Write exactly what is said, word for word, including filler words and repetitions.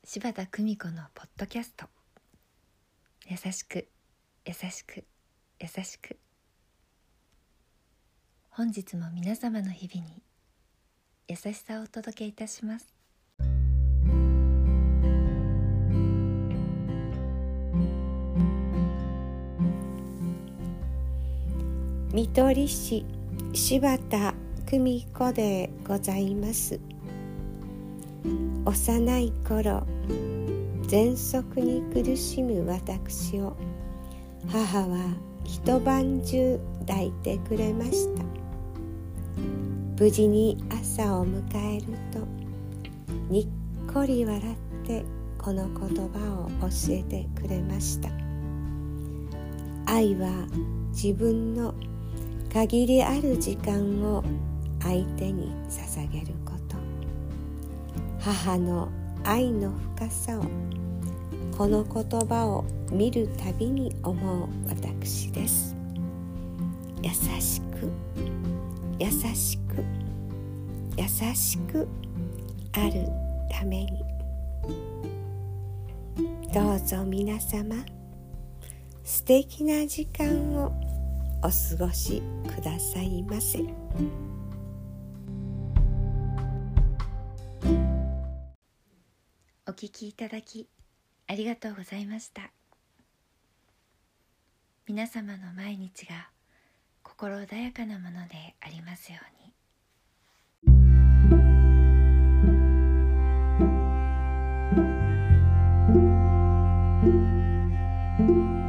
柴田久美子のポッドキャスト。優しく優しく優しく。本日も皆様の日々に優しさをお届けいたします。 看取り師柴田久美子でございます。幼い頃、喘息に苦しむ私を母は一晩中抱いてくれました。無事に朝を迎えるとにっこり笑ってこの言葉を教えてくれました。愛は自分の限りある時間を相手に捧げること。母の愛の深さをこの言葉を見るたびに思う私です。優しく優しく優しくあるために。どうぞ皆様、素敵な時間をお過ごしくださいませ。 お聞きいただきありがとうございました。皆様の毎日が心穏やかなものでありますように。 うん。